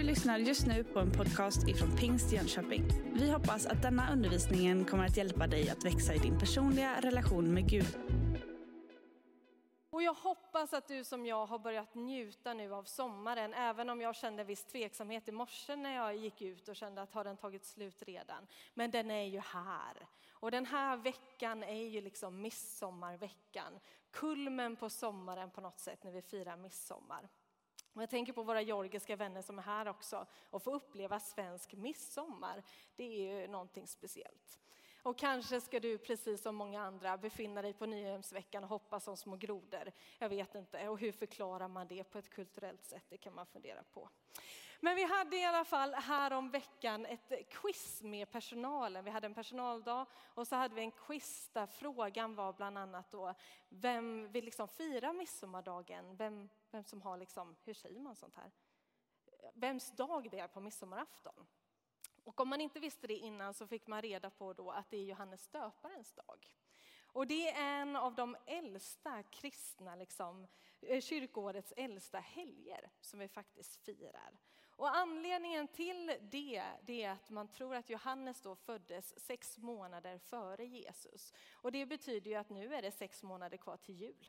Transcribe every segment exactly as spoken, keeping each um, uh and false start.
lyssnar just nu på en podcast ifrån Pingst Jönköping. Vi hoppas att denna undervisning kommer att hjälpa dig att växa i din personliga relation med Gud. Och jag hoppas att du som jag har börjat njuta nu av sommaren, även om jag kände viss tveksamhet i morse när jag gick ut och kände att har den tagit slut redan. Men den är ju här. Och den här veckan är ju liksom midsommarveckan. Kulmen på sommaren på något sätt när vi firar midsommar. Och jag tänker på våra georgiska vänner som är här också och får uppleva svensk midsommar. Det är ju någonting speciellt. Och kanske ska du precis som många andra befinna dig på Nyhemsveckan och hoppa som små grodor. Jag vet inte. Och hur förklarar man det på ett kulturellt sätt? Det kan man fundera på. Men vi hade i alla fall här om veckan ett quiz med personalen. Vi hade en personaldag och så hade vi en quiz där frågan var bland annat då vem vill liksom fira midsommardagen? Vem, vem som har liksom, hur säger man sånt här? Vems dag det är på midsommarafton? Och om man inte visste det innan så fick man reda på då att det är Johannes döparens dag. Och det är en av de äldsta kristna, liksom, kyrkoårets äldsta helger som vi faktiskt firar. Och anledningen till det, det är att man tror att Johannes då föddes sex månader före Jesus. Och det betyder ju att nu är det sex månader kvar till jul.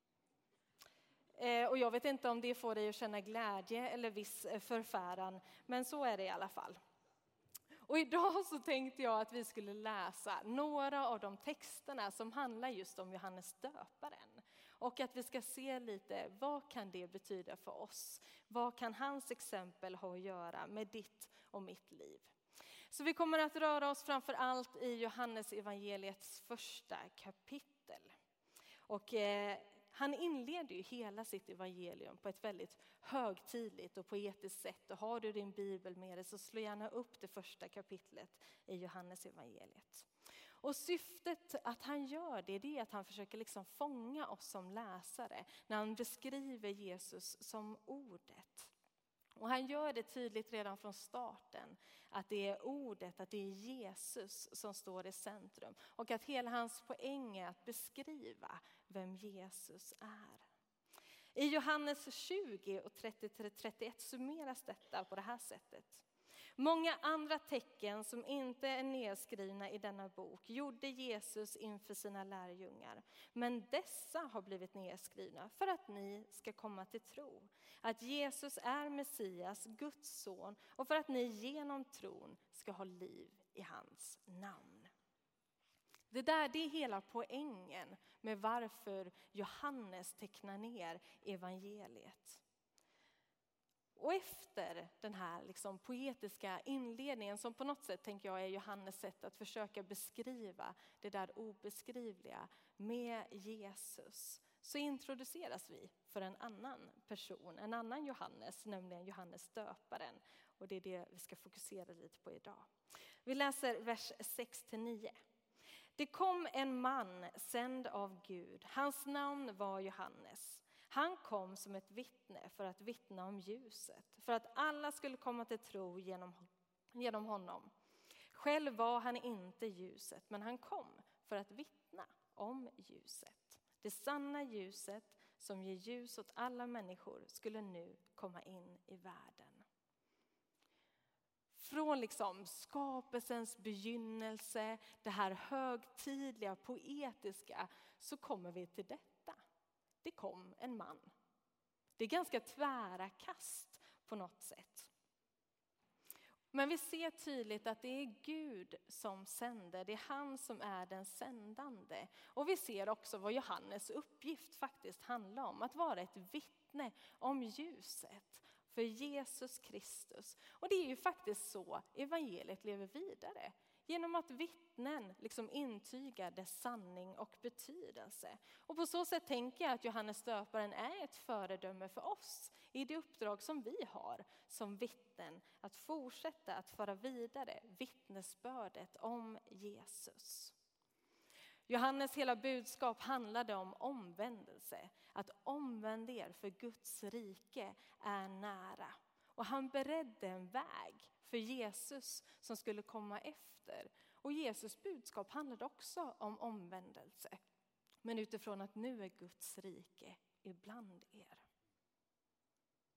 Och jag vet inte om det får dig att känna glädje eller viss förfäran, men så är det i alla fall. Och idag så tänkte jag att vi skulle läsa några av de texterna som handlar just om Johannes döparen. Och att vi ska se lite, vad kan det betyda för oss? Vad kan hans exempel ha att göra med ditt och mitt liv? Så vi kommer att röra oss framför allt i Johannes evangeliets första kapitel. Och eh, han inleder ju hela sitt evangelium på ett väldigt högtidligt och poetiskt sätt. Och har du din bibel med dig så slå gärna upp det första kapitlet i Johannes evangeliet. Och syftet att han gör det, det är att han försöker liksom fånga oss som läsare när han beskriver Jesus som ordet. Och han gör det tydligt redan från starten att det är ordet, att det är Jesus som står i centrum. Och att hela hans poäng är att beskriva vem Jesus är. I Johannes tjugo och trettio till trettioett summeras detta på det här sättet. Många andra tecken som inte är nedskrivna i denna bok gjorde Jesus inför sina lärjungar. Men dessa har blivit nedskrivna för att ni ska komma till tro. Att Jesus är Messias, Guds son, och för att ni genom tron ska ha liv i hans namn. Det där, det är hela poängen med varför Johannes tecknar ner evangeliet. Och efter den här liksom poetiska inledningen som på något sätt tänker jag är Johannes sätt att försöka beskriva det där obeskrivliga med Jesus, så introduceras vi för en annan person, en annan Johannes, nämligen Johannes döparen. Och det är det vi ska fokusera lite på idag. Vi läser vers sex till nio. Det kom en man sänd av Gud. Hans namn var Johannes. Han kom som ett vittne för att vittna om ljuset, för att alla skulle komma till tro genom, genom honom. Själv var han inte ljuset, men han kom för att vittna om ljuset. Det sanna ljuset som ger ljus åt alla människor skulle nu komma in i världen. Från liksom skapelsens begynnelse, det här högtidliga, poetiska, så kommer vi till detta. Det kom en man. Det är ganska tvära kast på något sätt. Men vi ser tydligt att det är Gud som sänder. Det är han som är den sändande. Och vi ser också vad Johannes uppgift faktiskt handlar om. Att vara ett vittne om ljuset för Jesus Kristus. Och det är ju faktiskt så evangeliet lever vidare. Genom att vittnen liksom intygar dess sanning och betydelse. Och på så sätt tänker jag att Johannes döparen är ett föredöme för oss i det uppdrag som vi har som vittnen. Att fortsätta att föra vidare vittnesbördet om Jesus. Johannes hela budskap handlade om omvändelse. Att omvända er för Guds rike är nära. Och han beredde en väg för Jesus som skulle komma efter. Och Jesus budskap handlade också om omvändelse. Men utifrån att nu är Guds rike ibland er.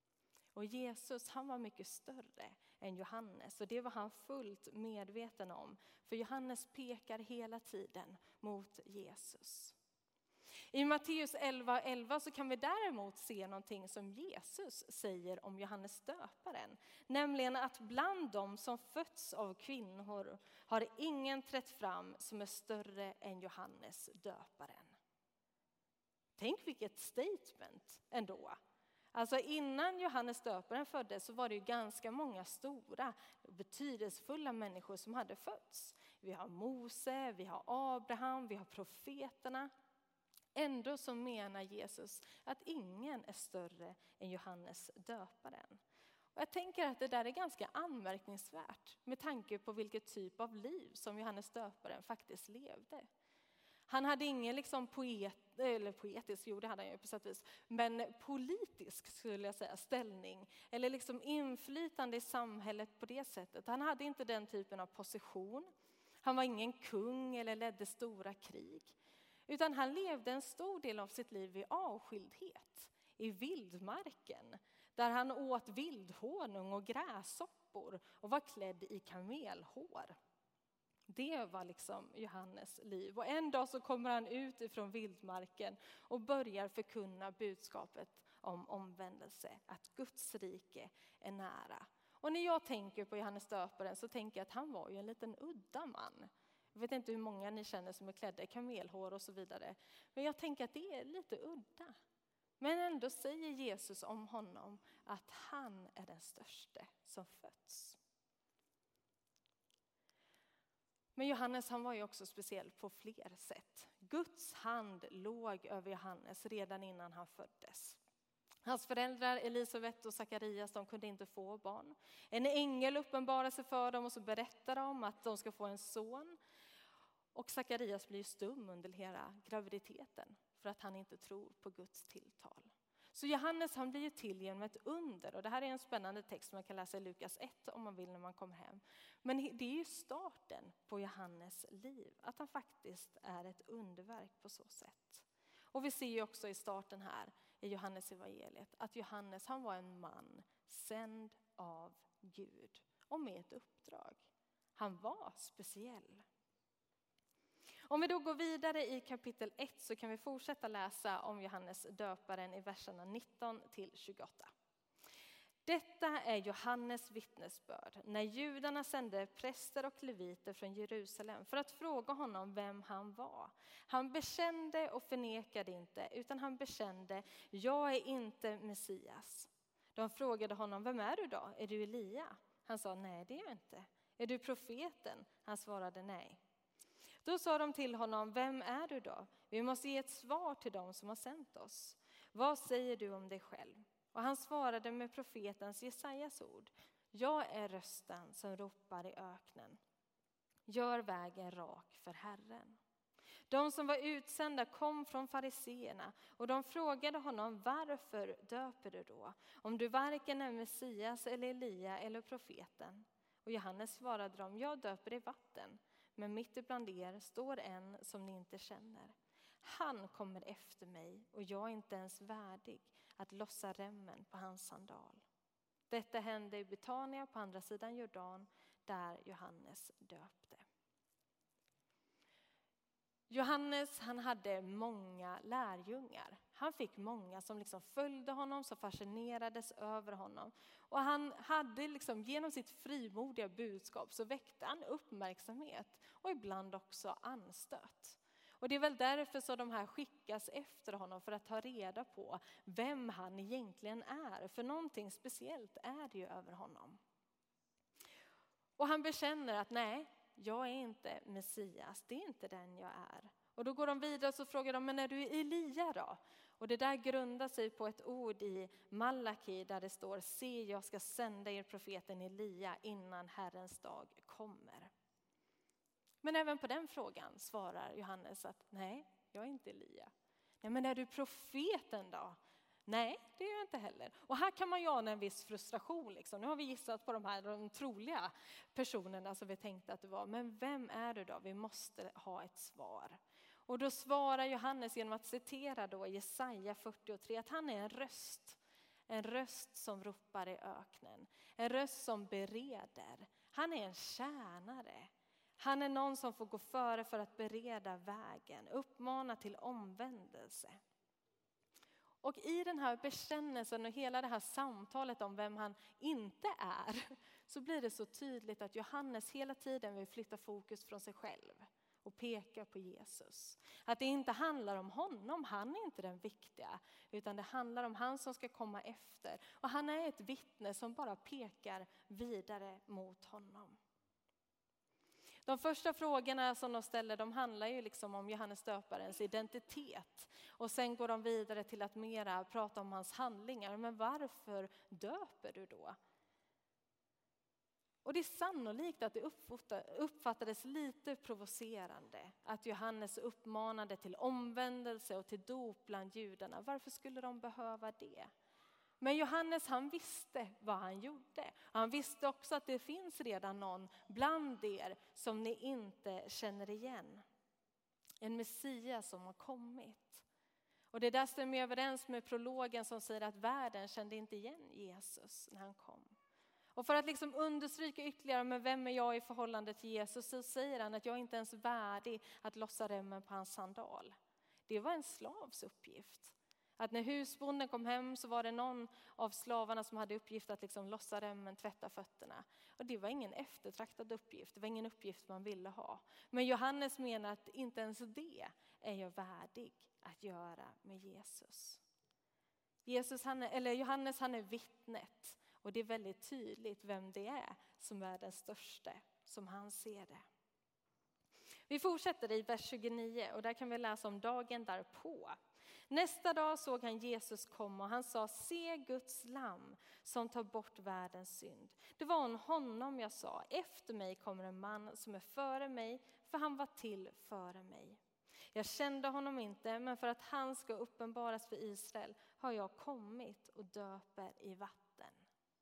Och Jesus, han var mycket större än Johannes, och det var han fullt medveten om. För Johannes pekar hela tiden mot Jesus. I Matteus elva elva så kan vi däremot se någonting som Jesus säger om Johannes döparen. Nämligen att bland dem som fötts av kvinnor har ingen trätt fram som är större än Johannes döparen. Tänk vilket statement ändå. Alltså innan Johannes döparen föddes så var det ju ganska många stora, betydelsefulla människor som hade fötts. Vi har Mose, vi har Abraham, vi har profeterna. Ändå så menar Jesus att ingen är större än Johannes döparen. Och jag tänker att det där är ganska anmärkningsvärt med tanke på vilket typ av liv som Johannes döparen faktiskt levde. Han hade ingen liksom poet, eller poetisk, jo det hade han ju på sätt och vis, men politisk skulle jag säga ställning eller liksom inflytande i samhället på det sättet. Han hade inte den typen av position. Han var ingen kung eller ledde stora krig. Utan han levde en stor del av sitt liv i avskildhet, i vildmarken. Där han åt vildhonung och gräshoppor och var klädd i kamelhår. Det var liksom Johannes liv. Och en dag så kommer han ut ifrån vildmarken och börjar förkunna budskapet om omvändelse. Att Guds rike är nära. Och när jag tänker på Johannes döparen så tänker jag att han var ju en liten udda man. Jag vet inte hur många ni känner som är klädda i kamelhår och så vidare. Men jag tänker att det är lite udda. Men ändå säger Jesus om honom att han är den störste som fötts. Men Johannes han var ju också speciell på fler sätt. Guds hand låg över Johannes redan innan han föddes. Hans föräldrar Elisabet och Sakarias, de kunde inte få barn. En ängel uppenbarade sig för dem och så berättade de att de ska få en son. Och Sakarias blir stum under hela graviditeten för att han inte tror på Guds tilltal. Så Johannes han blir ju till genom ett under. Och det här är en spännande text som man kan läsa i Lukas ett om man vill när man kommer hem. Men det är ju starten på Johannes liv. Att han faktiskt är ett underverk på så sätt. Och vi ser ju också i starten här i Johannes evangeliet att Johannes han var en man sänd av Gud och med ett uppdrag. Han var speciell. Om vi då går vidare i kapitel ett så kan vi fortsätta läsa om Johannes döparen i verserna nitton till tjugoåtta. Detta är Johannes vittnesbörd när judarna sände präster och leviter från Jerusalem för att fråga honom vem han var. Han bekände och förnekade inte, utan han bekände: jag är inte Messias. De frågade honom: vem är du då? Är du Elia? Han sa: nej, det är jag inte. Är du profeten? Han svarade: nej. Då sa de till honom: vem är du då? Vi måste ge ett svar till dem som har sänt oss. Vad säger du om dig själv? Och han svarade med profetens Jesajas ord: jag är rösten som ropar i öknen. Gör vägen rak för Herren. De som var utsända kom från fariseerna och de frågade honom: varför döper du då? Om du varken är Messias eller Elia eller profeten. Och Johannes svarade dem: jag döper i vatten. Men mitt ibland er står en som ni inte känner. Han kommer efter mig och jag är inte ens värdig att lossa remmen på hans sandal. Detta hände i Betania på andra sidan Jordan där Johannes döpte. Johannes han hade många lärjungar. Han fick många som liksom följde honom, som fascinerades över honom. Och han hade liksom, genom sitt frimodiga budskap så väckte han uppmärksamhet och ibland också anstöt. Och det är väl därför så de här skickas efter honom för att ta reda på vem han egentligen är. För någonting speciellt är det ju över honom. Och han bekänner att nej, jag är inte Messias, det är inte den jag är. Och då går de vidare och så frågar de: men är du Elia då? Och det där grundar sig på ett ord i Malaki där det står: se, jag ska sända er profeten Elia innan Herrens dag kommer. Men även på den frågan svarar Johannes att nej, jag är inte Elia. Nej, men är du profeten då? Nej, det är jag inte heller. Och här kan man ju ana en viss frustration. Liksom. Nu har vi gissat på de här de troliga personerna som vi tänkte att det var. Men vem är du då? Vi måste ha ett svar. Och då svarar Johannes genom att citera då Jesaja fyrtiotre att han är en röst. En röst som ropar i öknen. En röst som bereder. Han är en tjänare. Han är någon som får gå före för att bereda vägen. Uppmana till omvändelse. Och i den här bekännelsen och hela det här samtalet om vem han inte är, så blir det så tydligt att Johannes hela tiden vill flytta fokus från sig själv och peka på Jesus. Att det inte handlar om honom, han är inte den viktiga, utan det handlar om han som ska komma efter. Och han är ett vittne som bara pekar vidare mot honom. De första frågorna som de ställer, de handlar ju liksom om Johannes döparens identitet. Och sen går de vidare till att mera prata om hans handlingar. Men varför döper du då? Och det är sannolikt att det uppfattades lite provocerande att Johannes uppmanade till omvändelse och till dop bland judarna. Varför skulle de behöva det? Men Johannes, han visste vad han gjorde. Han visste också att det finns redan någon bland er som ni inte känner igen. En Messias som har kommit. Och det där stämmer överens med prologen som säger att världen kände inte igen Jesus när han kom. Och för att liksom understryka ytterligare med vem är jag i förhållande till Jesus, så säger han att jag inte ens är värdig att lossa remmen på hans sandal. Det var en slavs uppgift. Att när husbonden kom hem så var det någon av slavarna som hade uppgift att liksom lossa remmen, tvätta fötterna. Och det var ingen eftertraktad uppgift, det var ingen uppgift man ville ha. Men Johannes menar att inte ens det är jag värdig att göra med Jesus. Jesus han är, eller Johannes han är vittnet. Och det är väldigt tydligt vem det är som är den största, som han ser det. Vi fortsätter i vers tjugonio och där kan vi läsa om dagen därpå. Nästa dag såg han Jesus komma och han sa: se Guds lamm som tar bort världens synd. Det var om honom jag sa: efter mig kommer en man som är före mig, för han var till före mig. Jag kände honom inte, men för att han ska uppenbaras för Israel har jag kommit och döper i vatten.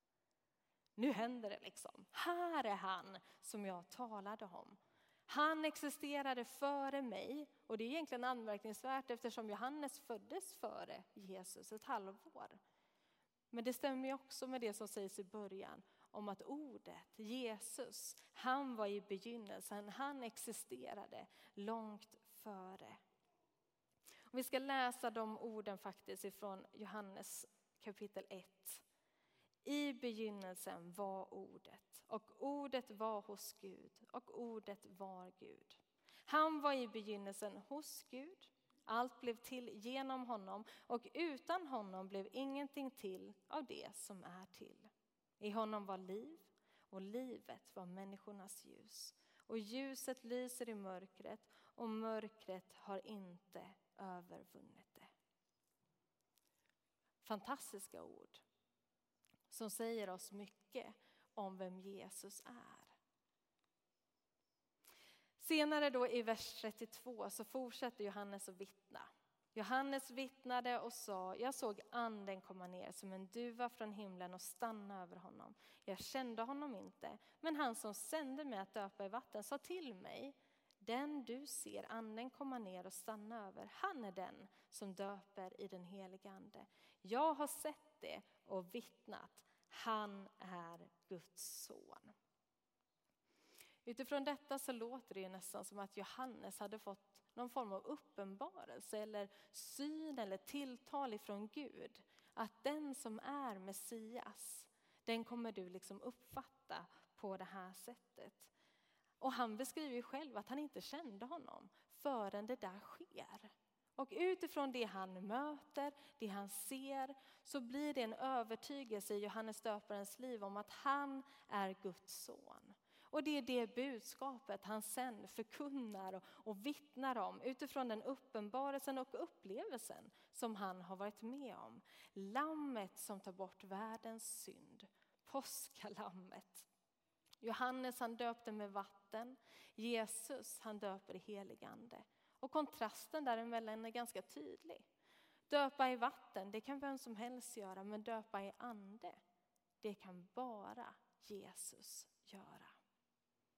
Nu händer det liksom. Här är han som jag talade om. Han existerade före mig, och det är egentligen anmärkningsvärt eftersom Johannes föddes före Jesus ett halvår. Men det stämmer ju också med det som sägs i början om att ordet, Jesus, han var i begynnelsen, han existerade långt före. Och vi ska läsa de orden faktiskt ifrån Johannes kapitel ett. I begynnelsen var ordet, och ordet var hos Gud, och ordet var Gud. Han var i begynnelsen hos Gud, allt blev till genom honom, och utan honom blev ingenting till av det som är till. I honom var liv, och livet var människornas ljus. Och ljuset lyser i mörkret, och mörkret har inte övervunnit det. Fantastiska ord som säger oss mycket om vem Jesus är. Senare då i vers trettiotvå så fortsätter Johannes att vittna. Johannes vittnade och sa: jag såg anden komma ner som en duva från himlen och stanna över honom. Jag kände honom inte, men han som sände mig att döpa i vatten sa till mig: den du ser anden komma ner och stanna över, han är den som döper i den heliga ande. Jag har sett det och vittnat. Han är Guds son. Utifrån detta så låter det ju nästan som att Johannes hade fått någon form av uppenbarelse eller syn eller tilltal ifrån Gud. Att den som är Messias, den kommer du liksom uppfatta på det här sättet. Och han beskriver ju själv att han inte kände honom förrän det där sker. Och utifrån det han möter, det han ser, så blir det en övertygelse i Johannes döparens liv om att han är Guds son. Och det är det budskapet han sen förkunnar och, och vittnar om utifrån den uppenbarelsen och upplevelsen som han har varit med om. Lammet som tar bort världens synd, påskalammet. Johannes han döpte med vatten, Jesus han döper i helig ande. Och kontrasten däremellan är ganska tydlig. Döpa i vatten, det kan vem som helst göra, men döpa i ande, det kan bara Jesus göra.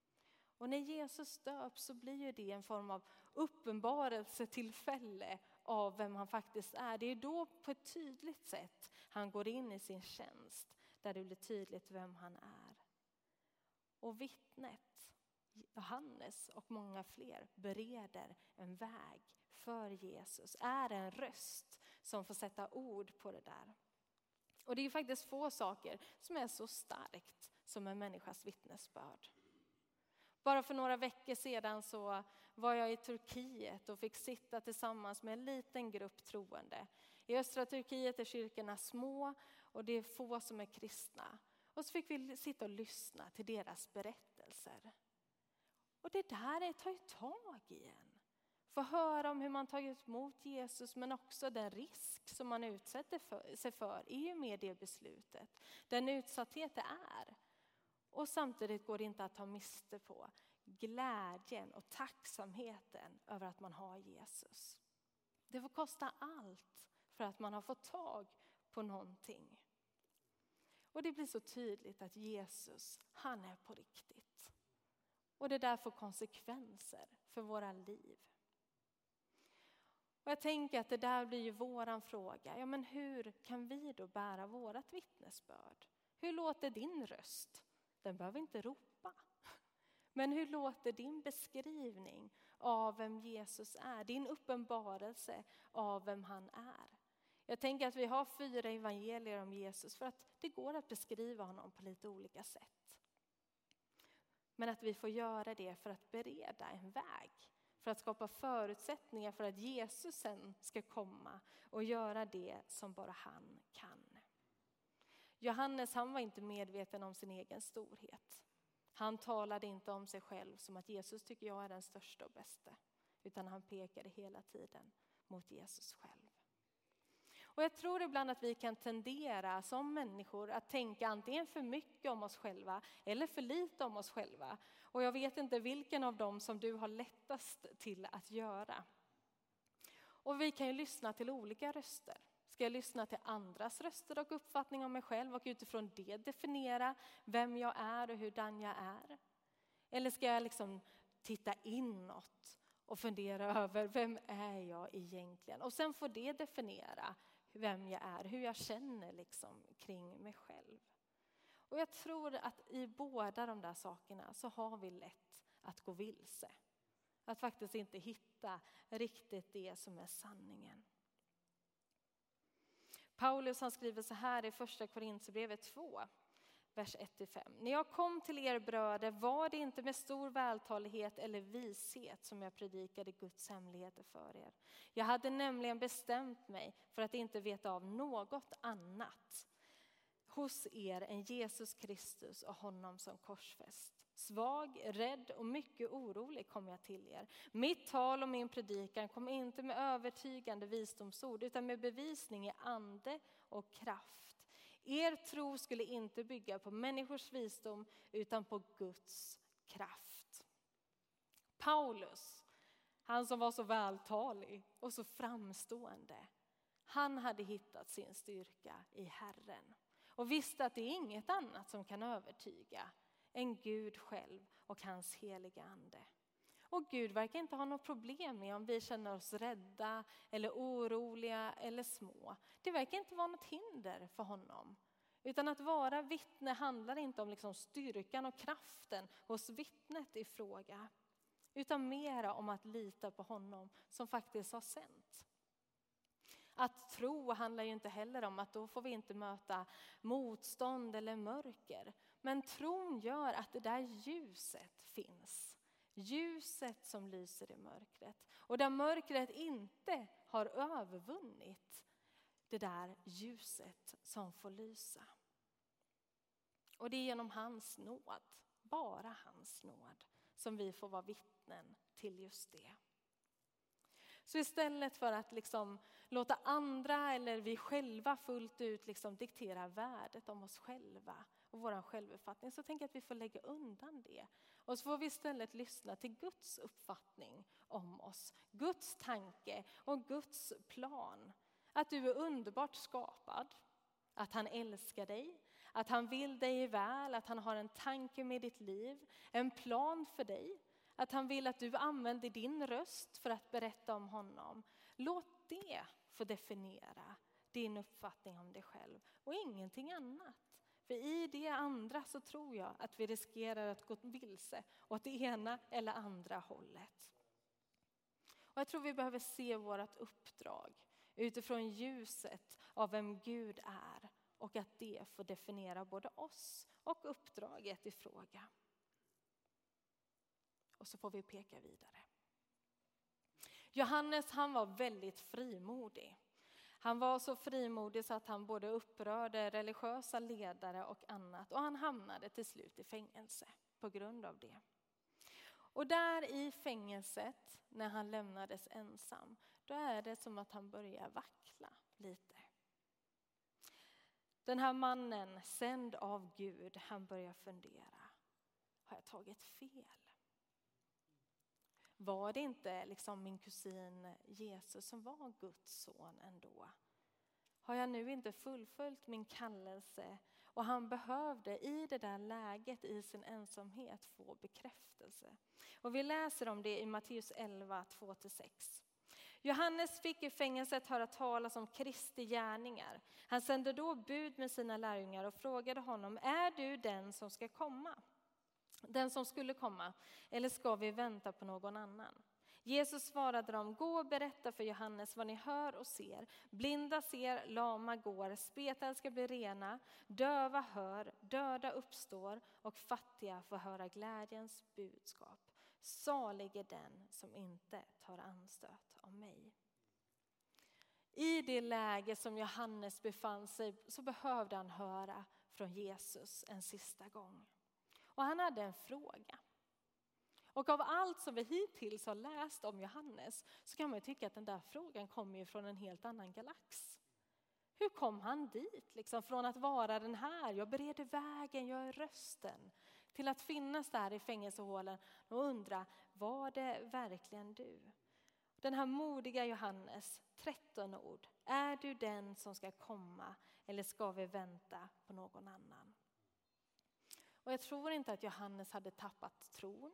Och när Jesus döps så blir ju det en form av uppenbarelsetillfälle av vem han faktiskt är. Det är då på ett tydligt sätt han går in i sin tjänst, där det blir tydligt vem han är. Och vittnet, Johannes och många fler, bereder en väg för Jesus. Är en röst som får sätta ord på det där. Och det är faktiskt få saker som är så starkt som en människas vittnesbörd. Bara för några veckor sedan så var jag i Turkiet och fick sitta tillsammans med en liten grupp troende. I östra Turkiet är kyrkorna små och det är få som är kristna. Och så fick vi sitta och lyssna till deras berättelser. Och det där tar ju tag i en. Få höra om hur man tagit emot Jesus, men också den risk som man utsätter för, sig för i och med det beslutet. Den utsatthet det är. Och samtidigt går det inte att ta miste på glädjen och tacksamheten över att man har Jesus. Det får kosta allt för att man har fått tag på någonting. Och det blir så tydligt att Jesus, han är på riktigt. Och det där får konsekvenser för våra liv. Och jag tänker att det där blir ju våran fråga. Ja, men hur kan vi då bära vårat vittnesbörd? Hur låter din röst? Den behöver inte ropa. Men hur låter din beskrivning av vem Jesus är? Din uppenbarelse av vem han är. Jag tänker att vi har fyra evangelier om Jesus för att det går att beskriva honom på lite olika sätt. Men att vi får göra det för att bereda en väg. För att skapa förutsättningar för att Jesus sen ska komma och göra det som bara han kan. Johannes, han var inte medveten om sin egen storhet. Han talade inte om sig själv som att Jesus tycker jag är den största och bästa. Utan han pekade hela tiden mot Jesus själv. Och jag tror ibland att vi kan tendera som människor att tänka antingen för mycket om oss själva eller för lite om oss själva. Och jag vet inte vilken av dem som du har lättast till att göra. Och vi kan ju lyssna till olika röster. Ska jag lyssna till andras röster och uppfattning om mig själv och utifrån det definiera vem jag är och hurdan jag är? Eller ska jag liksom titta inåt och fundera över vem är jag egentligen? Och sen får det definiera vem jag är, hur jag känner liksom kring mig själv. Och jag tror att i båda de där sakerna så har vi lätt att gå vilse. Att faktiskt inte hitta riktigt det som är sanningen. Paulus, han skriver så här i första Korinthierbrevet två, vers ett till fem. När jag kom till er bröder var det inte med stor vältalighet eller vishet som jag predikade Guds hemligheter för er. Jag hade nämligen bestämt mig för att inte veta av något annat hos er än Jesus Kristus och honom som korsfäst. Svag, rädd och mycket orolig kom jag till er. Mitt tal och min predikan kom inte med övertygande visdomsord utan med bevisning i ande och kraft. Er tro skulle inte bygga på människors visdom utan på Guds kraft. Paulus, han som var så vältalig och så framstående, han hade hittat sin styrka i Herren. Och visste att det är inget annat som kan övertyga än Gud själv och hans heliga ande. Och Gud verkar inte ha något problem med om vi känner oss rädda eller oroliga eller små. Det verkar inte vara något hinder för honom. Utan att vara vittne handlar inte om liksom styrkan och kraften hos vittnet i fråga. Utan mera om att lita på honom som faktiskt har sänt. Att tro handlar ju inte heller om att då får vi inte möta motstånd eller mörker. Men tron gör att det där ljuset finns. Ljuset som lyser i mörkret. Och där mörkret inte har övervunnit det där ljuset som får lysa. Och det är genom hans nåd, bara hans nåd, som vi får vara vittnen till just det. Så istället för att liksom låta andra eller vi själva fullt ut liksom diktera värdet om oss själva och vår självuppfattning, så tänker jag att vi får lägga undan det. Och så får vi istället lyssna till Guds uppfattning om oss. Guds tanke och Guds plan. Att du är underbart skapad. Att han älskar dig. Att han vill dig väl. Att han har en tanke med ditt liv. En plan för dig. Att han vill att du använder din röst för att berätta om honom. Låt det får definiera din uppfattning om dig själv och ingenting annat. För i det andra så tror jag att vi riskerar att gå vilse åt det ena eller andra hållet. Och jag tror vi behöver se vårt uppdrag utifrån ljuset av vem Gud är och att det får definiera både oss och uppdraget i fråga. Och så får vi peka vidare. Johannes, han var väldigt frimodig. Han var så frimodig så att han både upprörde religiösa ledare och annat. Och han hamnade till slut i fängelse på grund av det. Och där i fängelset, när han lämnades ensam, då är det som att han börjar vackla lite. Den här mannen, sänd av Gud, han börjar fundera. Har jag tagit fel? Var det inte liksom min kusin Jesus som var Guds son ändå? Har jag nu inte fullföljt min kallelse? Och han behövde i det där läget, i sin ensamhet, få bekräftelse. Och vi läser om det i Matteus elva, två till sex. Johannes fick i fängelset höra talas om Kristi gärningar. Han sände då bud med sina lärjungar och frågade honom: är du den som ska komma? Den som skulle komma, eller ska vi vänta på någon annan? Jesus svarade dem: gå och berätta för Johannes vad ni hör och ser. Blinda ser, lama går, spetälska blir rena, döva hör, döda uppstår och fattiga får höra glädjens budskap. Salig är den som inte tar anstöt av mig. I det läge som Johannes befann sig så behövde han höra från Jesus en sista gång. Och han hade en fråga. Och av allt som vi hittills har läst om Johannes så kan man ju tycka att den där frågan kommer ju från en helt annan galax. Hur kom han dit? Liksom från att vara den här, jag bereder vägen, jag är rösten, till att finnas där i fängelsehålen och undra, var det verkligen du? Den här modiga Johannes, tretton ord. Är du den som ska komma eller ska vi vänta på någon annan? Och jag tror inte att Johannes hade tappat tron.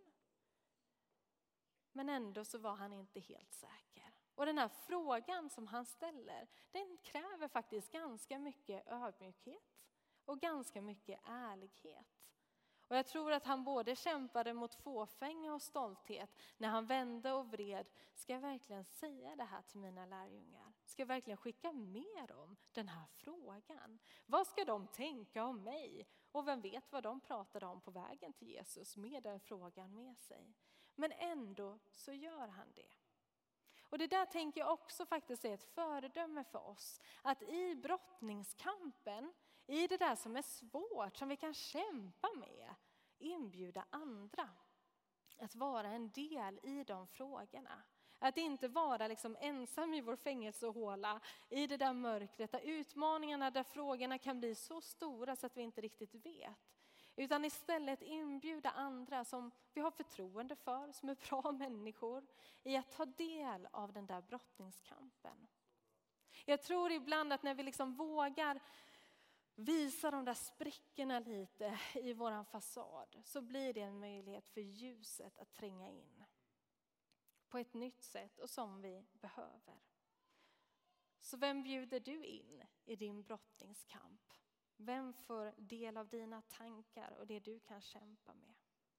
Men ändå så var han inte helt säker. Och den här frågan som han ställer, den kräver faktiskt ganska mycket ödmjukhet och ganska mycket ärlighet. Och jag tror att han både kämpade mot fåfänga och stolthet när han vände och vred. Ska jag verkligen säga det här till mina lärjungar? Ska jag verkligen skicka med dem den här frågan? Vad ska de tänka om mig? Och vem vet vad de pratade om på vägen till Jesus med den frågan med sig. Men ändå så gör han det. Och det där tänker jag också faktiskt är ett föredöme för oss. Att i brottningskampen, i det där som är svårt, som vi kan kämpa med, inbjuda andra. Att vara en del i de frågorna. Att inte vara liksom ensam i vår fängelsehåla, i det där mörkret, där utmaningarna, där frågorna kan bli så stora så att vi inte riktigt vet. Utan istället inbjuda andra som vi har förtroende för, som är bra människor, i att ta del av den där brottningskampen. Jag tror ibland att när vi liksom vågar visa de där sprickorna lite i våran fasad, så blir det en möjlighet för ljuset att tränga in. På ett nytt sätt och som vi behöver. Så vem bjuder du in i din brottningskamp? Vem får del av dina tankar och det du kan kämpa med?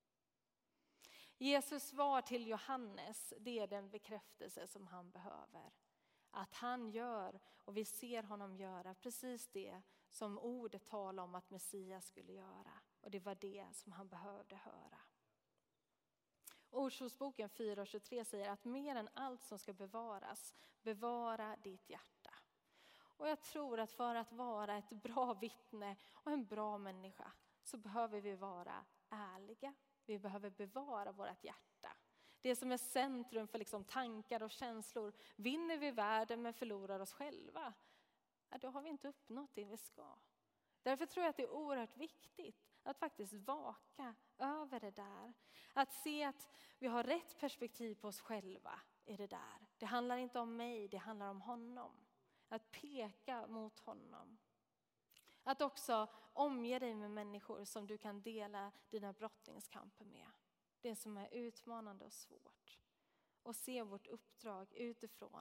Jesus svar till Johannes, det är den bekräftelse som han behöver. Att han gör, och vi ser honom göra, precis det som ordet talar om att Messias skulle göra. Och det var det som han behövde höra. Ordspråksboken fyra tjugotre säger att mer än allt som ska bevaras, bevara ditt hjärta. Och jag tror att för att vara ett bra vittne och en bra människa så behöver vi vara ärliga. Vi behöver bevara vårt hjärta. Det som är centrum för liksom tankar och känslor. Vinner vi världen men förlorar oss själva, ja, då har vi inte uppnått det vi ska. Därför tror jag att det är oerhört viktigt att faktiskt vaka över det där. Att se att vi har rätt perspektiv på oss själva i det där. Det handlar inte om mig, det handlar om honom. Att peka mot honom. Att också omge dig med människor som du kan dela dina brottningskamper med. Det som är utmanande och svårt. Och se vårt uppdrag utifrån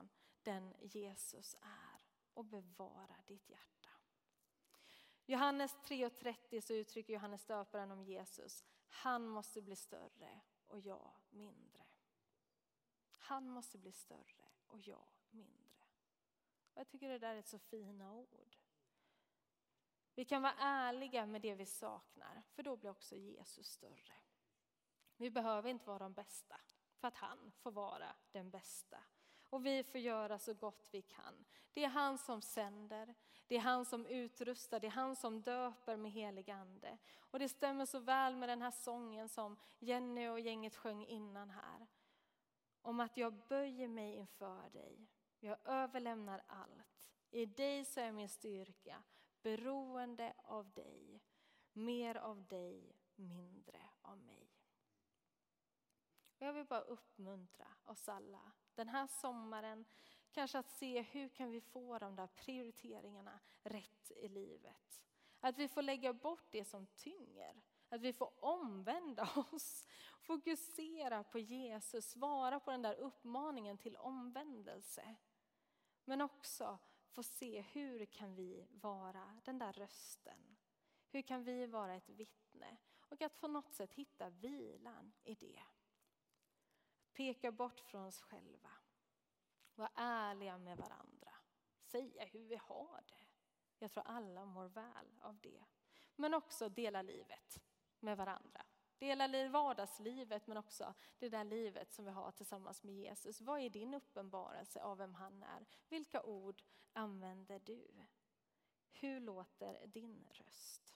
den Jesus är och bevara ditt hjärta. Johannes tre och trettio så uttrycker Johannes döparen om Jesus. Han måste bli större och jag mindre. Han måste bli större och jag mindre. Och jag tycker det där är ett så fina ord. Vi kan vara ärliga med det vi saknar, för då blir också Jesus större. Vi behöver inte vara de bästa, för att han får vara den bästa. Och vi får göra så gott vi kan. Det är han som sänder, det är han som utrustar, det är han som döper med helig ande. Och det stämmer så väl med den här sången som Jenny och gänget sjöng innan här. Om att jag böjer mig inför dig, jag överlämnar allt. I dig så är min styrka, beroende av dig. Mer av dig, mindre av mig. Jag vill bara uppmuntra oss alla den här sommaren, kanske att se hur kan vi få de där prioriteringarna rätt i livet. Att vi får lägga bort det som tynger. Att vi får omvända oss, fokusera på Jesus, svara på den där uppmaningen till omvändelse. Men också få se hur kan vi vara den där rösten. Hur kan vi vara ett vittne och att på något sätt hitta vilan i det. Peka bort från oss själva. Vara ärliga med varandra. Säga hur vi har det. Jag tror alla mår väl av det. Men också dela livet med varandra. Dela vardagslivet men också det där livet som vi har tillsammans med Jesus. Vad är din uppenbarelse av vem han är? Vilka ord använder du? Hur låter din röst?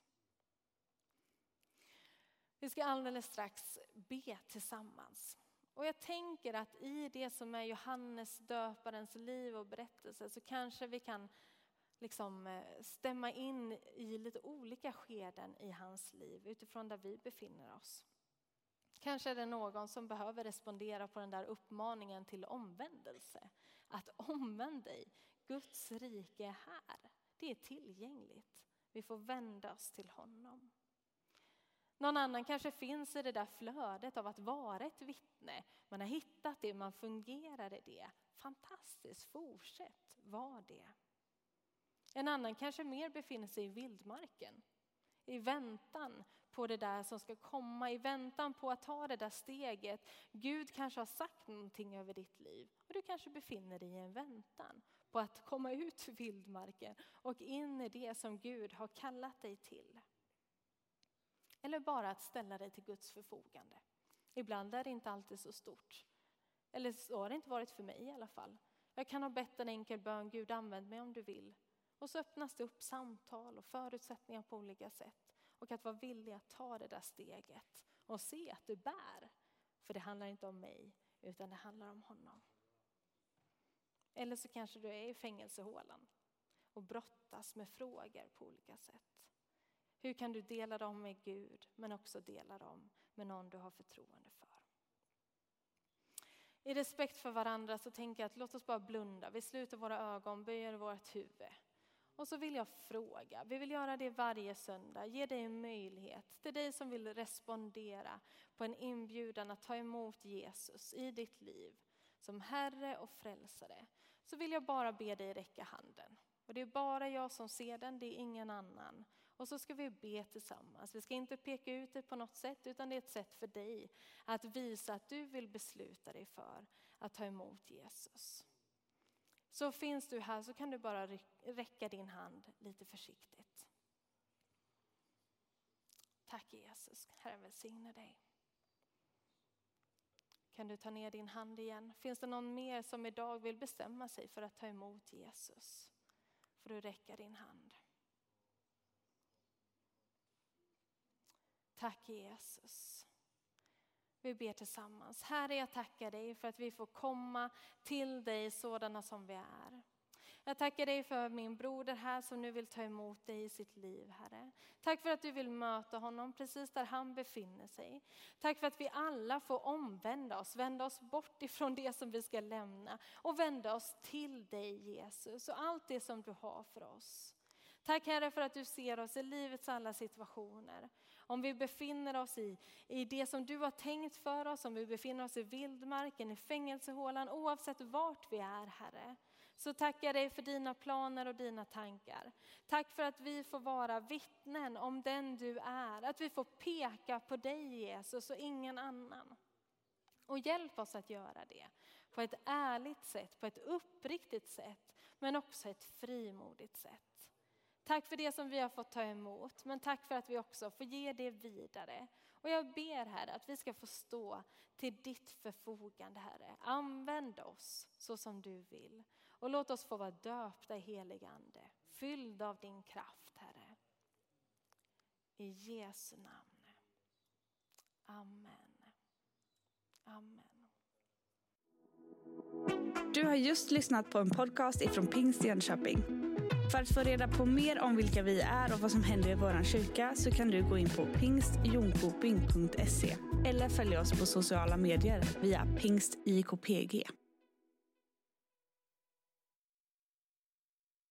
Vi ska alldeles strax be tillsammans. Och jag tänker att i det som är Johannes döparens liv och berättelse så kanske vi kan liksom stämma in i lite olika skeden i hans liv utifrån där vi befinner oss. Kanske är det någon som behöver respondera på den där uppmaningen till omvändelse. Att omvänd dig, Guds rike är här. Det är tillgängligt. Vi får vända oss till honom. Någon annan kanske finns i det där flödet av att vara ett vittne. Man har hittat det, man fungerar i det. Fantastiskt, fortsätt, var det. En annan kanske mer befinner sig i vildmarken. I väntan på det där som ska komma. I väntan på att ta det där steget. Gud kanske har sagt någonting över ditt liv. Och du kanske befinner dig i en väntan på att komma ut ur vildmarken. Och in i det som Gud har kallat dig till. Eller bara att ställa dig till Guds förfogande. Ibland är det inte alltid så stort. Eller så har det inte varit för mig i alla fall. Jag kan ha bett en enkel bön, Gud använd mig om du vill. Och så öppnas det upp samtal och förutsättningar på olika sätt. Och att vara villig att ta det där steget. Och se att du bär. För det handlar inte om mig utan det handlar om honom. Eller så kanske du är i fängelsehålan. Och brottas med frågor på olika sätt. Hur kan du dela dem med Gud men också dela dem med någon du har förtroende för? I respekt för varandra så tänker jag att låt oss bara blunda. Vi sluter våra ögon, böjer vårt huvud. Och så vill jag fråga, vi vill göra det varje söndag. Ge dig en möjlighet till dig som vill respondera på en inbjudan att ta emot Jesus i ditt liv. Som Herre och frälsare. Så vill jag bara be dig räcka handen. Och det är bara jag som ser den, det är ingen annan. Och så ska vi be tillsammans. Vi ska inte peka ut det på något sätt utan det är ett sätt för dig att visa att du vill besluta dig för att ta emot Jesus. Så finns du här så kan du bara räcka din hand lite försiktigt. Tack Jesus, Herren välsigne dig. Kan du ta ner din hand igen? Finns det någon mer som idag vill bestämma sig för att ta emot Jesus? Får du räcka din hand. Tack Jesus. Vi ber tillsammans. Herre, jag tackar dig för att vi får komma till dig sådana som vi är. Jag tackar dig för min broder här som nu vill ta emot dig i sitt liv, Herre. Tack för att du vill möta honom precis där han befinner sig. Tack för att vi alla får omvända oss, vända oss bort ifrån det som vi ska lämna och vända oss till dig, Jesus, och allt det som du har för oss. Tack Herre för att du ser oss i livets alla situationer. Om vi befinner oss i, i det som du har tänkt för oss, om vi befinner oss i vildmarken, i fängelsehålan, oavsett vart vi är, Herre. så tackar jag dig för dina planer och dina tankar. Tack för att vi får vara vittnen om den du är. Att vi får peka på dig, Jesus, och ingen annan. Och hjälp oss att göra det på ett ärligt sätt, på ett uppriktigt sätt, men också ett frimodigt sätt. Tack för det som vi har fått ta emot, men tack för att vi också får ge det vidare. Och jag ber, Herre, att vi ska få stå till ditt förfogande, Herre. Använd oss så som du vill. Och låt oss få vara döpta i helig ande, fylld av din kraft, Herre. I Jesu namn. Amen. Amen. Du har just lyssnat på en podcast ifrån Pingst Jönköping. För att få reda på mer om vilka vi är och vad som händer i våran kyrka så kan du gå in på pingst jonkoping punkt se eller följa oss på sociala medier via pingst I K P G.